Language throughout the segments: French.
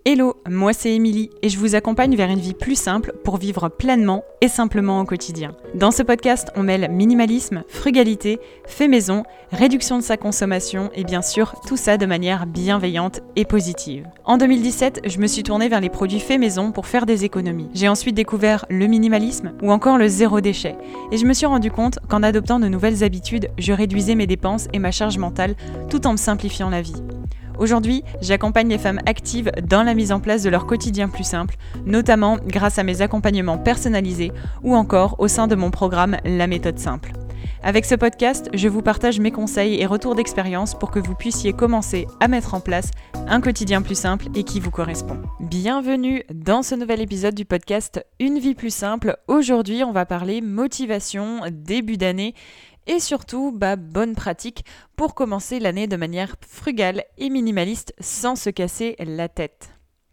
Hello, moi c'est Émilie et je vous accompagne vers une vie plus simple pour vivre pleinement et simplement au quotidien. Dans ce podcast, on mêle minimalisme, frugalité, fait maison, réduction de sa consommation et bien sûr tout ça de manière bienveillante et positive. En 2017, je me suis tournée vers les produits fait maison pour faire des économies. J'ai ensuite découvert le minimalisme ou encore le zéro déchet et je me suis rendu compte qu'en adoptant de nouvelles habitudes, je réduisais mes dépenses et ma charge mentale tout en me simplifiant la vie. Aujourd'hui, j'accompagne les femmes actives dans la mise en place de leur quotidien plus simple, notamment grâce à mes accompagnements personnalisés ou encore au sein de mon programme La méthode simple. Avec ce podcast, je vous partage mes conseils et retours d'expérience pour que vous puissiez commencer à mettre en place un quotidien plus simple et qui vous correspond. Bienvenue dans ce nouvel épisode du podcast Une vie plus simple. Aujourd'hui, on va parler motivation, début d'année et surtout, bonne pratique pour commencer l'année de manière frugale et minimaliste sans se casser la tête.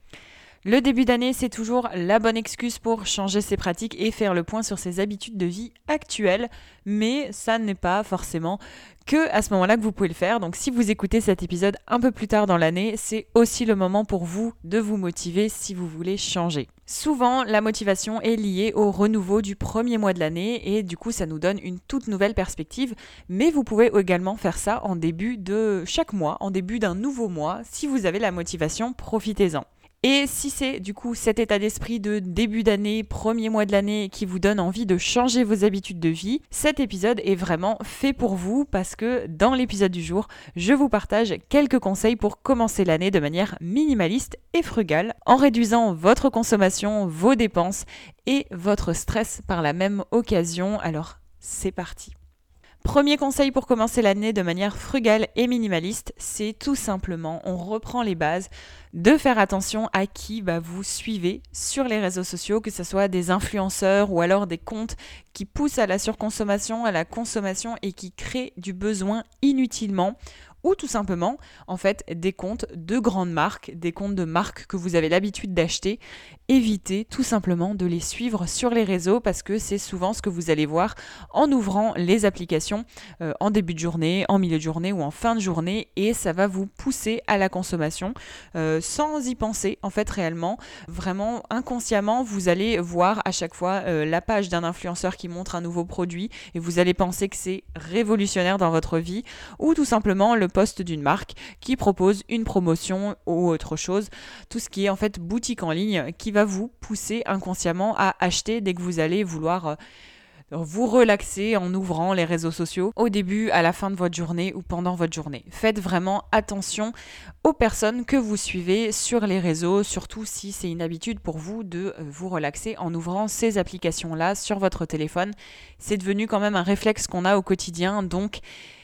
Le début d'année, c'est toujours la bonne excuse pour changer ses pratiques et faire le point sur ses habitudes de vie actuelles, mais ça n'est pas forcément que à ce moment-là que vous pouvez le faire. Donc si vous écoutez cet épisode un peu plus tard dans l'année, c'est aussi le moment pour vous de vous motiver si vous voulez changer. Souvent, la motivation est liée au renouveau du premier mois de l'année et du coup, ça nous donne une toute nouvelle perspective. Mais vous pouvez également faire ça en début de chaque mois, en début d'un nouveau mois. Si vous avez la motivation, profitez-en. Et si c'est du coup cet état d'esprit de début d'année, premier mois de l'année qui vous donne envie de changer vos habitudes de vie, cet épisode est vraiment fait pour vous parce que dans l'épisode du jour, je vous partage quelques conseils pour commencer l'année de manière minimaliste et frugale en réduisant votre consommation, vos dépenses et votre stress par la même occasion. Alors, c'est parti. Premier conseil pour commencer l'année de manière frugale et minimaliste, c'est tout simplement, on reprend les bases, de faire attention à qui vous suivez sur les réseaux sociaux, que ce soit des influenceurs ou alors des comptes qui poussent à la surconsommation, à la consommation et qui créent du besoin inutilement. Ou tout simplement, en fait, des comptes de grandes marques, des comptes de marques que vous avez l'habitude d'acheter. Évitez tout simplement de les suivre sur les réseaux parce que c'est souvent ce que vous allez voir en ouvrant les applications en début de journée, en milieu de journée ou en fin de journée et ça va vous pousser à la consommation sans y penser en fait réellement. Vraiment inconsciemment, vous allez voir à chaque fois la page d'un influenceur qui montre un nouveau produit et vous allez penser que c'est révolutionnaire dans votre vie ou tout simplement le post d'une marque qui propose une promotion ou autre chose, tout ce qui est en fait boutique en ligne qui va vous pousser inconsciemment à acheter dès que vous allez vouloir vous relaxer en ouvrant les réseaux sociaux au début, à la fin de votre journée ou pendant votre journée. Faites vraiment attention aux personnes que vous suivez sur les réseaux, surtout si c'est une habitude pour vous de vous relaxer en ouvrant ces applications-là sur votre téléphone. C'est devenu quand même un réflexe qu'on a au quotidien, donc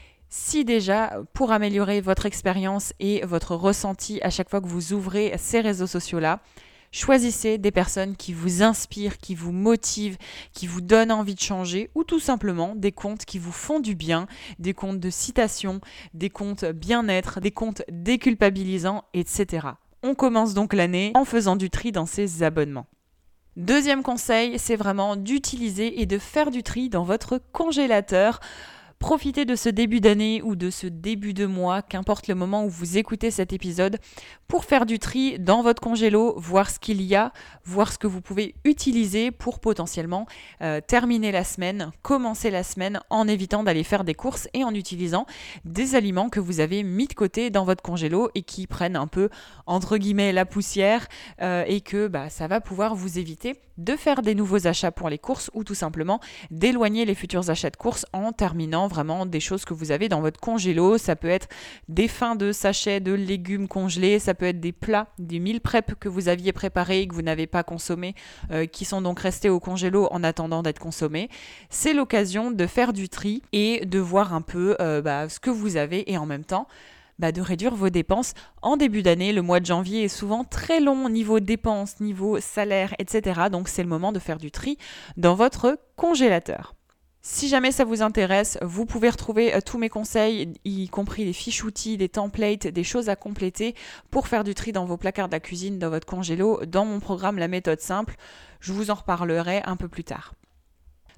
si déjà, pour améliorer votre expérience et votre ressenti à chaque fois que vous ouvrez ces réseaux sociaux-là, choisissez des personnes qui vous inspirent, qui vous motivent, qui vous donnent envie de changer ou tout simplement des comptes qui vous font du bien, des comptes de citation, des comptes bien-être, des comptes déculpabilisants, etc. On commence donc l'année en faisant du tri dans ces abonnements. Deuxième conseil, c'est vraiment d'utiliser et de faire du tri dans votre congélateur. Profitez de ce début d'année ou de ce début de mois, qu'importe le moment où vous écoutez cet épisode, pour faire du tri dans votre congélo, voir ce qu'il y a, voir ce que vous pouvez utiliser pour potentiellement terminer la semaine, commencer la semaine en évitant d'aller faire des courses et en utilisant des aliments que vous avez mis de côté dans votre congélo et qui prennent un peu, entre guillemets, la poussière et que ça va pouvoir vous éviter de faire des nouveaux achats pour les courses ou tout simplement d'éloigner les futurs achats de courses en terminant vraiment des choses que vous avez dans votre congélo. Ça peut être des fins de sachets de légumes congelés, ça peut être des plats, des meal prep que vous aviez préparés et que vous n'avez pas consommés, qui sont donc restés au congélo en attendant d'être consommés. C'est l'occasion de faire du tri et de voir un peu ce que vous avez et en même temps de réduire vos dépenses. En début d'année, le mois de janvier est souvent très long niveau dépenses, niveau salaire, etc. Donc c'est le moment de faire du tri dans votre congélateur. Si jamais ça vous intéresse, vous pouvez retrouver tous mes conseils, y compris des fiches outils, des templates, des choses à compléter pour faire du tri dans vos placards de la cuisine, dans votre congélo, dans mon programme La méthode simple. Je vous en reparlerai un peu plus tard.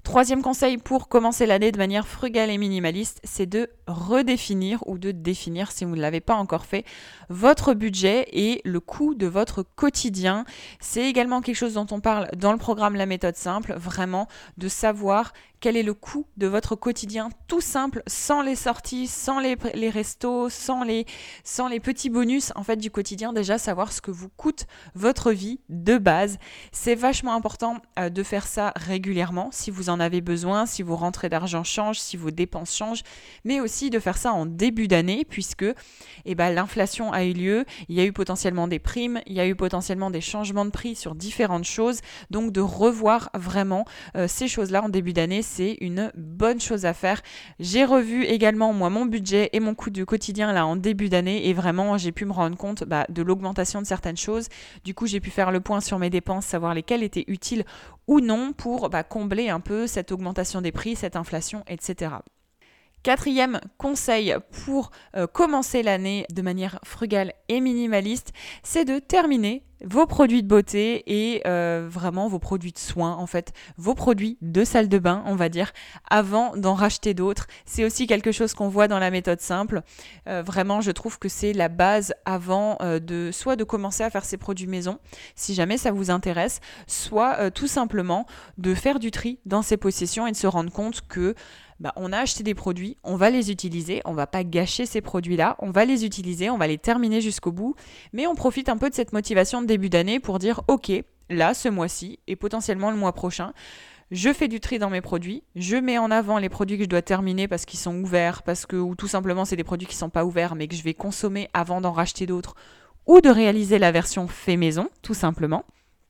Troisième conseil pour commencer l'année de manière frugale et minimaliste, c'est de redéfinir ou de définir, si vous ne l'avez pas encore fait, votre budget et le coût de votre quotidien. C'est également quelque chose dont on parle dans le programme La méthode simple, vraiment de savoir quel est le coût de votre quotidien tout simple, sans les sorties, sans les restos, sans les petits bonus en fait du quotidien. Déjà savoir ce que vous coûte votre vie de base. C'est vachement important de faire ça régulièrement si vous en avez besoin, si vos rentrées d'argent changent, si vos dépenses changent, mais aussi de faire ça en début d'année puisque l'inflation a eu lieu, il y a eu potentiellement des primes, il y a eu potentiellement des changements de prix sur différentes choses, donc de revoir vraiment ces choses-là en début d'année, c'est une bonne chose à faire. J'ai revu également moi mon budget et mon coût du quotidien là en début d'année et vraiment j'ai pu me rendre compte de l'augmentation de certaines choses. Du coup j'ai pu faire le point sur mes dépenses, savoir lesquelles étaient utiles ou non pour combler un peu cette augmentation des prix, cette inflation, etc. Quatrième conseil pour commencer l'année de manière frugale et minimaliste, c'est de terminer vos produits de beauté et vraiment vos produits de soins, en fait, vos produits de salle de bain, on va dire, avant d'en racheter d'autres. C'est aussi quelque chose qu'on voit dans la méthode simple. Vraiment, je trouve que c'est la base avant soit de commencer à faire ses produits maison, si jamais ça vous intéresse, soit tout simplement de faire du tri dans ses possessions et de se rendre compte que on a acheté des produits, on va les utiliser, on va pas gâcher ces produits-là, on va les utiliser, on va les terminer jusqu'au bout, mais on profite un peu de cette motivation de début d'année pour dire ok, là, ce mois-ci et potentiellement le mois prochain, je fais du tri dans mes produits, je mets en avant les produits que je dois terminer parce qu'ils sont ouverts, ou tout simplement c'est des produits qui sont pas ouverts mais que je vais consommer avant d'en racheter d'autres, ou de réaliser la version fait maison, tout simplement.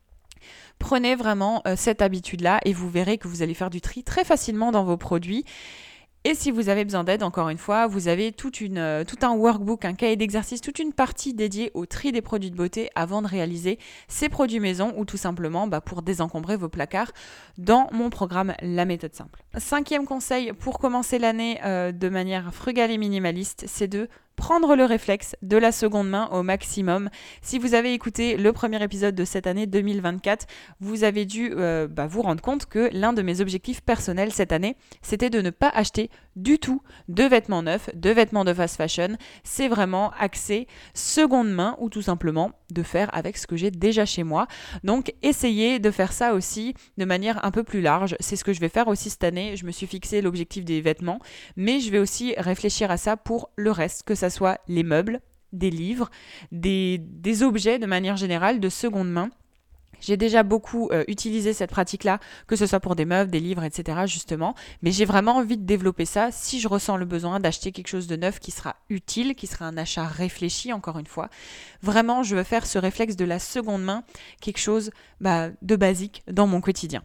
Prenez vraiment cette habitude-là et vous verrez que vous allez faire du tri très facilement dans vos produits. Et si vous avez besoin d'aide, encore une fois, vous avez tout un workbook, un cahier d'exercice, toute une partie dédiée au tri des produits de beauté avant de réaliser ces produits maison ou tout simplement pour désencombrer vos placards dans mon programme La méthode simple. Cinquième conseil pour commencer l'année de manière frugale et minimaliste, c'est de prendre le réflexe de la seconde main au maximum. Si vous avez écouté le premier épisode de cette année 2024, vous avez dû vous rendre compte que l'un de mes objectifs personnels cette année, c'était de ne pas acheter du tout de vêtements neufs, de vêtements de fast fashion. C'est vraiment axé seconde main ou tout simplement de faire avec ce que j'ai déjà chez moi. Donc essayez de faire ça aussi de manière un peu plus large. C'est ce que je vais faire aussi cette année. Je me suis fixé l'objectif des vêtements, mais je vais aussi réfléchir à ça pour le reste, que ça soit les meubles, des livres, des objets de manière générale de seconde main. J'ai déjà beaucoup utilisé cette pratique-là, que ce soit pour des meubles, des livres, etc. justement. Mais j'ai vraiment envie de développer ça si je ressens le besoin d'acheter quelque chose de neuf qui sera utile, qui sera un achat réfléchi, encore une fois. Vraiment, je veux faire ce réflexe de la seconde main, quelque chose de basique dans mon quotidien.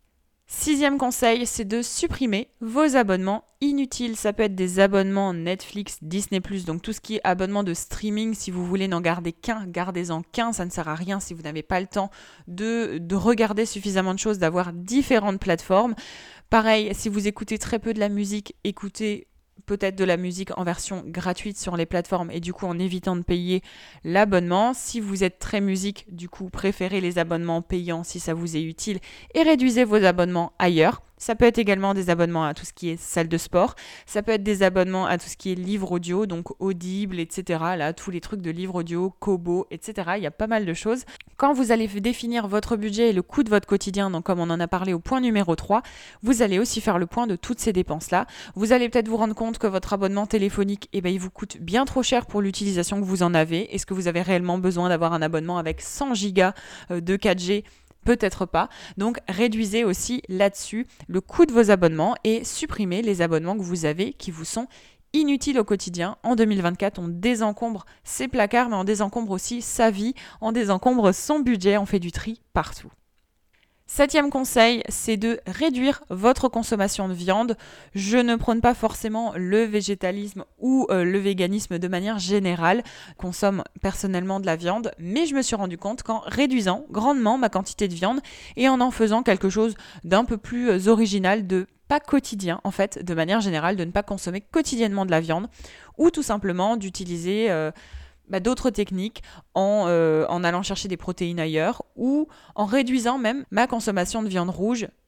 Sixième conseil, c'est de supprimer vos abonnements inutiles. Ça peut être des abonnements Netflix, Disney+, donc tout ce qui est abonnement de streaming. Si vous voulez n'en garder qu'un, gardez-en qu'un. Ça ne sert à rien si vous n'avez pas le temps de regarder suffisamment de choses, d'avoir différentes plateformes. Pareil, si vous écoutez très peu de la musique, écoutez peut-être de la musique en version gratuite sur les plateformes et du coup en évitant de payer l'abonnement. Si vous êtes très musique, du coup préférez les abonnements payants si ça vous est utile et réduisez vos abonnements ailleurs. Ça peut être également des abonnements à tout ce qui est salle de sport. Ça peut être des abonnements à tout ce qui est livre audio, donc Audible, etc. Là, tous les trucs de livre audio, Kobo, etc. Il y a pas mal de choses. Quand vous allez définir votre budget et le coût de votre quotidien, donc comme on en a parlé au point numéro 3, vous allez aussi faire le point de toutes ces dépenses-là. Vous allez peut-être vous rendre compte que votre abonnement téléphonique, il vous coûte bien trop cher pour l'utilisation que vous en avez. Est-ce que vous avez réellement besoin d'avoir un abonnement avec 100 gigas de 4G ? Peut-être pas. Donc, réduisez aussi là-dessus le coût de vos abonnements et supprimez les abonnements que vous avez qui vous sont inutiles au quotidien. En 2024, on désencombre ses placards, mais on désencombre aussi sa vie, on désencombre son budget, on fait du tri partout. Septième conseil, c'est de réduire votre consommation de viande. Je ne prône pas forcément le végétalisme ou le véganisme de manière générale. Je consomme personnellement de la viande, mais je me suis rendu compte qu'en réduisant grandement ma quantité de viande et en faisant quelque chose d'un peu plus original, de pas quotidien en fait, de manière générale, de ne pas consommer quotidiennement de la viande ou tout simplement d'utiliser d'autres techniques en allant chercher des protéines ailleurs ou en réduisant même ma consommation de viande rouge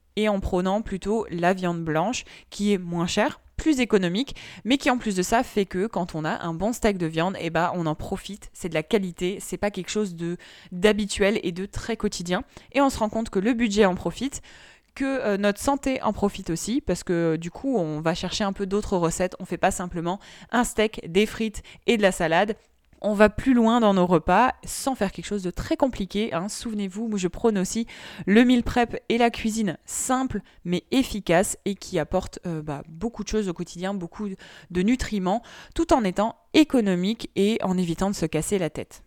et en prônant plutôt la viande blanche qui est moins chère, plus économique, mais qui en plus de ça fait que quand on a un bon steak de viande, on en profite, c'est de la qualité, c'est pas quelque chose d'habituel et de très quotidien. Et on se rend compte que le budget en profite, que notre santé en profite aussi, parce que du coup on va chercher un peu d'autres recettes, on fait pas simplement un steak, des frites et de la salade. On va plus loin dans nos repas sans faire quelque chose de très compliqué. Souvenez-vous, je prône aussi le meal prep et la cuisine simple mais efficace et qui apporte beaucoup de choses au quotidien, beaucoup de nutriments, tout en étant économique et en évitant de se casser la tête.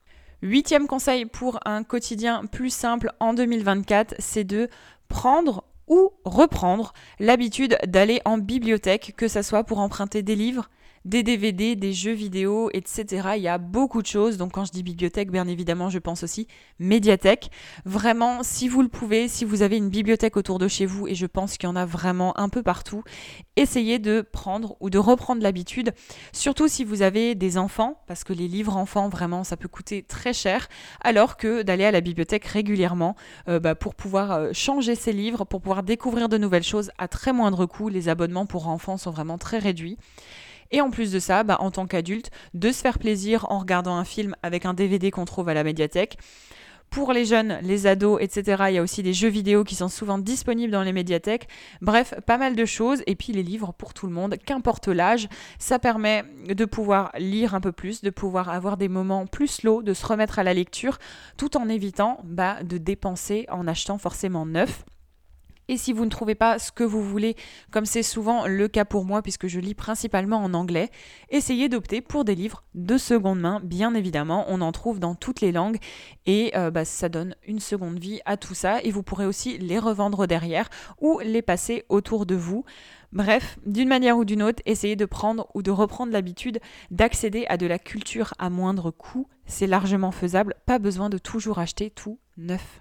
8e conseil pour un quotidien plus simple en 2024, c'est de prendre ou reprendre l'habitude d'aller en bibliothèque, que ce soit pour emprunter des livres, des DVD, des jeux vidéo, etc. Il y a beaucoup de choses. Donc quand je dis bibliothèque, bien évidemment, je pense aussi médiathèque. Vraiment, si vous le pouvez, si vous avez une bibliothèque autour de chez vous, et je pense qu'il y en a vraiment un peu partout, essayez de prendre ou de reprendre l'habitude, surtout si vous avez des enfants, parce que les livres enfants, vraiment, ça peut coûter très cher, alors que d'aller à la bibliothèque régulièrement pour pouvoir changer ses livres, pour pouvoir découvrir de nouvelles choses à très moindre coût. Les abonnements pour enfants sont vraiment très réduits. Et en plus de ça, en tant qu'adulte, de se faire plaisir en regardant un film avec un DVD qu'on trouve à la médiathèque. Pour les jeunes, les ados, etc., il y a aussi des jeux vidéo qui sont souvent disponibles dans les médiathèques. Bref, pas mal de choses. Et puis les livres pour tout le monde, qu'importe l'âge. Ça permet de pouvoir lire un peu plus, de pouvoir avoir des moments plus slow, de se remettre à la lecture, tout en évitant de dépenser en achetant forcément neuf. Et si vous ne trouvez pas ce que vous voulez, comme c'est souvent le cas pour moi puisque je lis principalement en anglais, essayez d'opter pour des livres de seconde main, bien évidemment, on en trouve dans toutes les langues et ça donne une seconde vie à tout ça et vous pourrez aussi les revendre derrière ou les passer autour de vous. Bref, d'une manière ou d'une autre, essayez de prendre ou de reprendre l'habitude d'accéder à de la culture à moindre coût, c'est largement faisable, pas besoin de toujours acheter tout neuf.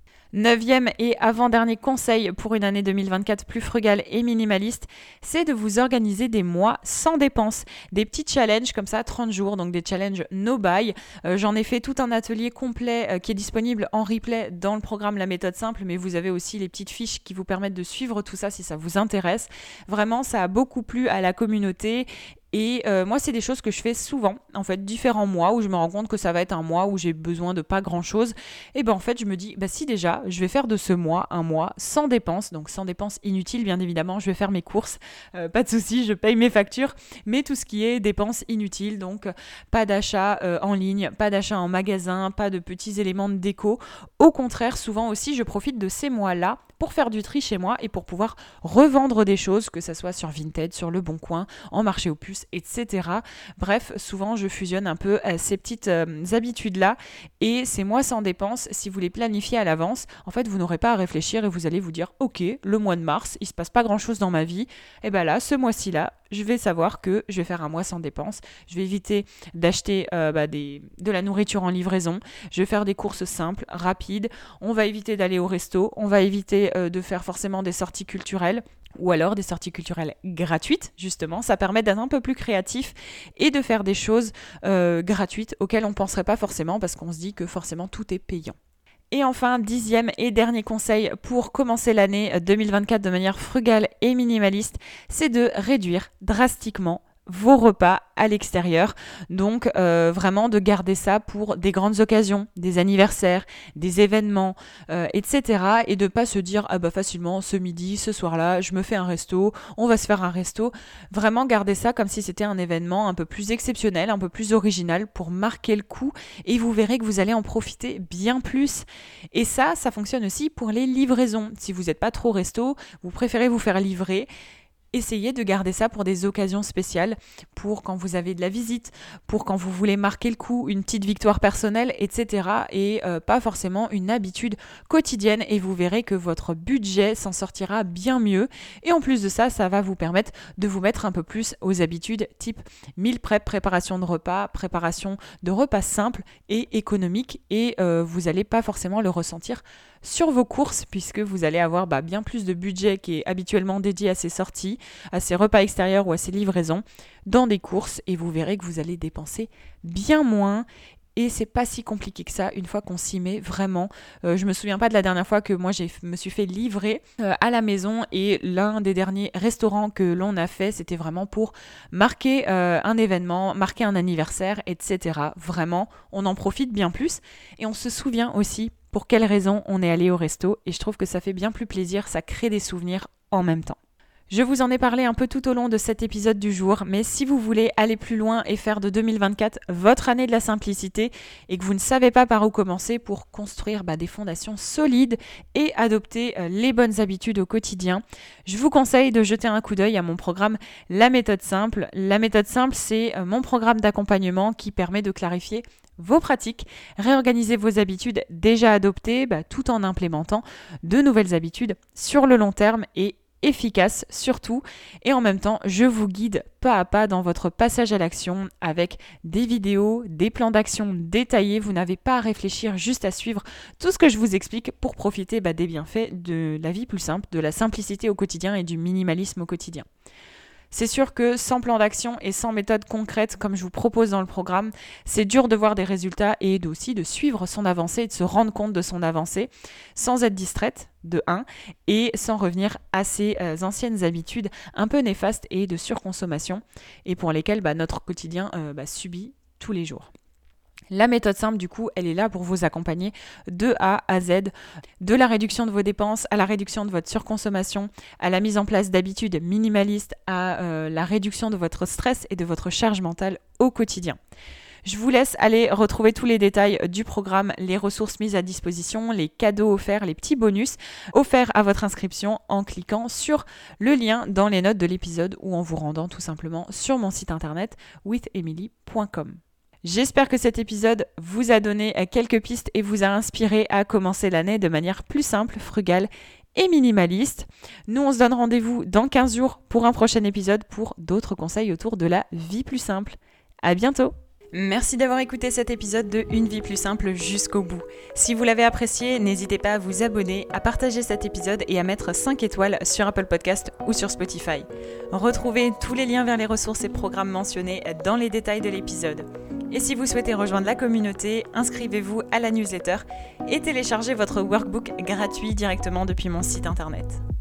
9e et avant-dernier conseil pour une année 2024 plus frugale et minimaliste, c'est de vous organiser des mois sans dépenses. Des petits challenges comme ça, 30 jours, donc des challenges no buy. J'en ai fait tout un atelier complet qui est disponible en replay dans le programme La Méthode Simple, mais vous avez aussi les petites fiches qui vous permettent de suivre tout ça si ça vous intéresse. Vraiment, ça a beaucoup plu à la communauté. Et moi, c'est des choses que je fais souvent, en fait, différents mois où je me rends compte que ça va être un mois où j'ai besoin de pas grand-chose. Et en fait, je me dis, si déjà, je vais faire de ce mois un mois sans dépenses, donc sans dépenses inutiles, bien évidemment, je vais faire mes courses, pas de souci, je paye mes factures, mais tout ce qui est dépenses inutiles, donc pas d'achat en ligne, pas d'achat en magasin, pas de petits éléments de déco. Au contraire, souvent aussi, je profite de ces mois-là pour faire du tri chez moi et pour pouvoir revendre des choses, que ça soit sur Vinted, sur Le Bon Coin, en marché aux puces, etc. Bref, souvent je fusionne un peu ces petites habitudes-là et ces mois sans dépenses, si vous les planifiez à l'avance, en fait vous n'aurez pas à réfléchir et vous allez vous dire ok, le mois de mars, il se passe pas grand-chose dans ma vie, et là, ce mois-ci là, je vais savoir que je vais faire un mois sans dépenses, je vais éviter d'acheter de la nourriture en livraison, je vais faire des courses simples, rapides, on va éviter d'aller au resto, on va éviter de faire forcément des sorties culturelles, ou alors des sorties culturelles gratuites, justement. Ça permet d'être un peu plus créatif et de faire des choses gratuites auxquelles on ne penserait pas forcément parce qu'on se dit que forcément tout est payant. Et enfin, 10e et dernier conseil pour commencer l'année 2024 de manière frugale et minimaliste, c'est de réduire drastiquement vos repas à l'extérieur. Donc vraiment de garder ça pour des grandes occasions, des anniversaires, des événements, etc. Et de pas se dire facilement ce midi, ce soir-là, je me fais un resto, on va se faire un resto. Vraiment garder ça comme si c'était un événement un peu plus exceptionnel, un peu plus original pour marquer le coup et vous verrez que vous allez en profiter bien plus. Et ça fonctionne aussi pour les livraisons. Si vous n'êtes pas trop resto, vous préférez vous faire livrer. Essayez de garder ça pour des occasions spéciales, pour quand vous avez de la visite, pour quand vous voulez marquer le coup, une petite victoire personnelle, etc. Et pas forcément une habitude quotidienne et vous verrez que votre budget s'en sortira bien mieux. Et en plus de ça, ça va vous permettre de vous mettre un peu plus aux habitudes type meal prep, préparation de repas simples et économiques et vous n'allez pas forcément le ressentir sur vos courses puisque vous allez avoir bien plus de budget qui est habituellement dédié à ces sorties, à ces repas extérieurs ou à ces livraisons dans des courses et vous verrez que vous allez dépenser bien moins et c'est pas si compliqué que ça une fois qu'on s'y met vraiment. Je me souviens pas de la dernière fois que moi me suis fait livrer à la maison, et l'un des derniers restaurants que l'on a fait, c'était vraiment pour marquer un événement, marquer un anniversaire, etc. Vraiment, on en profite bien plus et on se souvient aussi pour quelles raisons on est allé au resto, et je trouve que ça fait bien plus plaisir, ça crée des souvenirs en même temps. Je vous en ai parlé un peu tout au long de cet épisode du jour, mais si vous voulez aller plus loin et faire de 2024 votre année de la simplicité et que vous ne savez pas par où commencer pour construire des fondations solides et adopter les bonnes habitudes au quotidien, je vous conseille de jeter un coup d'œil à mon programme La Méthode Simple. La Méthode Simple, c'est mon programme d'accompagnement qui permet de clarifier vos pratiques, réorganiser vos habitudes déjà adoptées tout en implémentant de nouvelles habitudes sur le long terme et efficace surtout, et en même temps je vous guide pas à pas dans votre passage à l'action avec des vidéos, des plans d'action détaillés. Vous n'avez pas à réfléchir, juste à suivre tout ce que je vous explique pour profiter des bienfaits de la vie plus simple, de la simplicité au quotidien et du minimalisme au quotidien. C'est sûr que sans plan d'action et sans méthode concrète comme je vous propose dans le programme, c'est dur de voir des résultats et aussi de suivre son avancée et de se rendre compte de son avancée sans être distraite, de 1, et sans revenir à ces anciennes habitudes un peu néfastes et de surconsommation, et pour lesquelles notre quotidien subit tous les jours. La méthode simple, du coup, elle est là pour vous accompagner de A à Z, de la réduction de vos dépenses à la réduction de votre surconsommation, à la mise en place d'habitudes minimalistes, à la réduction de votre stress et de votre charge mentale au quotidien. Je vous laisse aller retrouver tous les détails du programme, les ressources mises à disposition, les cadeaux offerts, les petits bonus offerts à votre inscription en cliquant sur le lien dans les notes de l'épisode ou en vous rendant tout simplement sur mon site internet withemily.com. J'espère que cet épisode vous a donné quelques pistes et vous a inspiré à commencer l'année de manière plus simple, frugale et minimaliste. Nous, on se donne rendez-vous dans 15 jours pour un prochain épisode pour d'autres conseils autour de la vie plus simple. À bientôt! Merci d'avoir écouté cet épisode de Une vie plus simple jusqu'au bout. Si vous l'avez apprécié, n'hésitez pas à vous abonner, à partager cet épisode et à mettre 5 étoiles sur Apple Podcast ou sur Spotify. Retrouvez tous les liens vers les ressources et programmes mentionnés dans les détails de l'épisode. Et si vous souhaitez rejoindre la communauté, inscrivez-vous à la newsletter et téléchargez votre workbook gratuit directement depuis mon site internet.